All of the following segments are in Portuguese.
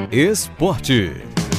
Esporte.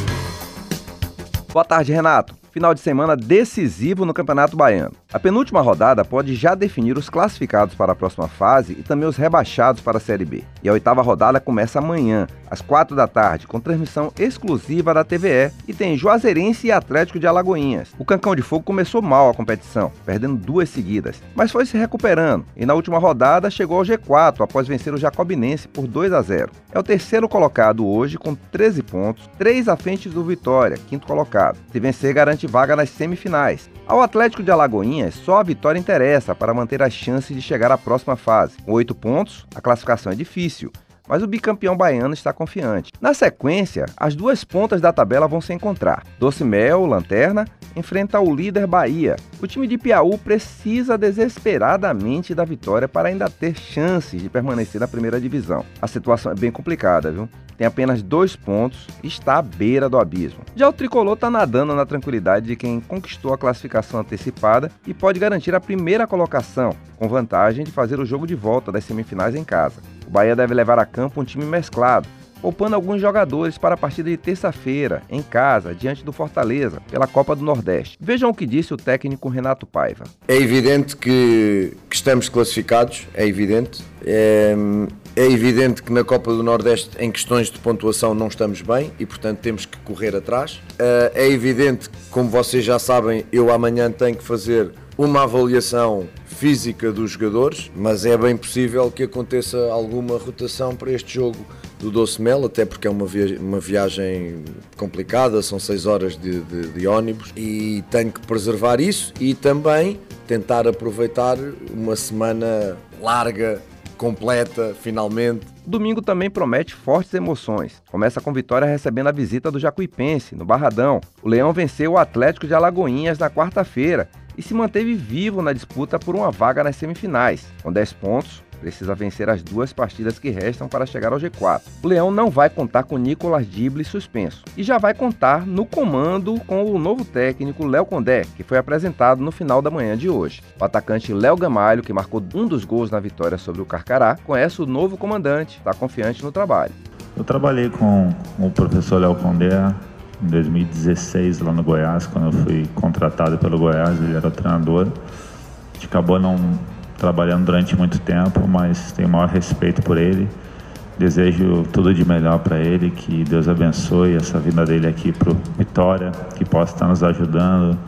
Boa tarde, Renato. Final de semana decisivo no Campeonato Baiano. A penúltima rodada pode já definir os classificados para a próxima fase e também os rebaixados para a Série B. E a oitava rodada começa amanhã, às 4 da tarde, com transmissão exclusiva da TVE e tem Juazeirense e Atlético de Alagoinhas. O Cancão de Fogo começou mal a competição, perdendo 2 seguidas, mas foi se recuperando e na última rodada chegou ao G4 após vencer o Jacobinense por 2-0. É o terceiro colocado hoje com 13 pontos, 3 à frente do Vitória, quinto colocado. Se vencer, garante vaga nas semifinais. Ao Atlético de Alagoinhas, só a vitória interessa para manter as chances de chegar à próxima fase. Com 8 pontos, a classificação é difícil, mas o bicampeão baiano está confiante. Na sequência, as duas pontas da tabela vão se encontrar. Doce Mel, lanterna, enfrenta o líder Bahia. O time de Piauí precisa desesperadamente da vitória para ainda ter chances de permanecer na primeira divisão. A situação é bem complicada, viu? Tem apenas 2 pontos e está à beira do abismo. Já o Tricolor está nadando na tranquilidade de quem conquistou a classificação antecipada e pode garantir a primeira colocação, com vantagem de fazer o jogo de volta das semifinais em casa. O Bahia deve levar a campo um time mesclado, poupando alguns jogadores para a partida de terça-feira, em casa, diante do Fortaleza, pela Copa do Nordeste. Vejam o que disse o técnico Renato Paiva. É evidente que estamos classificados, é evidente. É evidente que na Copa do Nordeste, em questões de pontuação, não estamos bem e, portanto, temos que correr atrás. É evidente que, como vocês já sabem, eu amanhã tenho que fazer uma avaliação física dos jogadores, mas é bem possível que aconteça alguma rotação para este jogo do Doce Mel, até porque é uma viagem complicada, são 6 horas de ônibus e tenho que preservar isso e também tentar aproveitar uma semana larga, completa, finalmente. Domingo também promete fortes emoções. Começa com vitória recebendo a visita do Jacuipense, no Barradão. O Leão venceu o Atlético de Alagoinhas na quarta-feira e se manteve vivo na disputa por uma vaga nas semifinais. Com 10 pontos, precisa vencer as 2 partidas que restam para chegar ao G4. O Leão não vai contar com Nicolas Dible suspenso e já vai contar no comando com o novo técnico Léo Condé, que foi apresentado no final da manhã de hoje. O atacante Léo Gamalho, que marcou um dos gols na vitória sobre o Carcará, conhece o novo comandante, está confiante no trabalho. Eu trabalhei com o professor Léo Condé em 2016 lá no Goiás, quando eu fui contratado pelo Goiás, ele era o treinador. A gente acabou não trabalhando durante muito tempo, mas tenho o maior respeito por ele. Desejo tudo de melhor para ele, que Deus abençoe essa vinda dele aqui para o Vitória, que possa estar nos ajudando,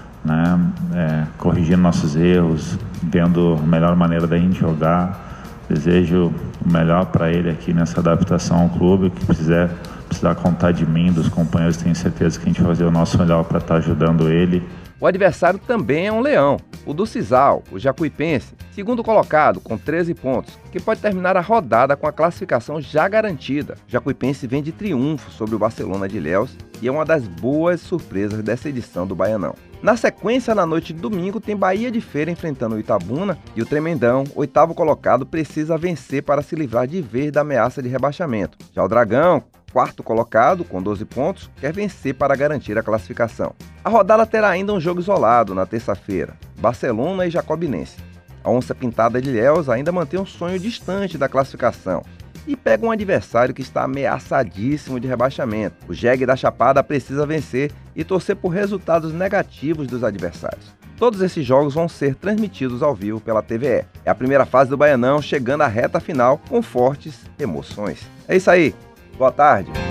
né, corrigindo nossos erros, vendo a melhor maneira da gente jogar. Desejo o melhor para ele aqui nessa adaptação ao clube, que precisar contar de mim, dos companheiros, tenho certeza que a gente vai fazer o nosso melhor para estar ajudando ele. O adversário também é um leão, o do Cisal, o Jacuipense, segundo colocado com 13 pontos, que pode terminar a rodada com a classificação já garantida. O Jacuipense vem de triunfo sobre o Barcelona de Ilhéus e é uma das boas surpresas dessa edição do Baianão. Na sequência, na noite de domingo, tem Bahia de Feira enfrentando o Itabuna e o Tremendão, 8º colocado, precisa vencer para se livrar de vez da ameaça de rebaixamento. Já o Dragão, 4º colocado, com 12 pontos, quer vencer para garantir a classificação. A rodada terá ainda um jogo isolado na terça-feira, Barcelona e Jacobinense. A Onça Pintada de Ilhéus ainda mantém um sonho distante da classificação e pega um adversário que está ameaçadíssimo de rebaixamento. O Jegue da Chapada precisa vencer e torcer por resultados negativos dos adversários. Todos esses jogos vão ser transmitidos ao vivo pela TVE. É a primeira fase do Baianão chegando à reta final com fortes emoções. É isso aí. Boa tarde.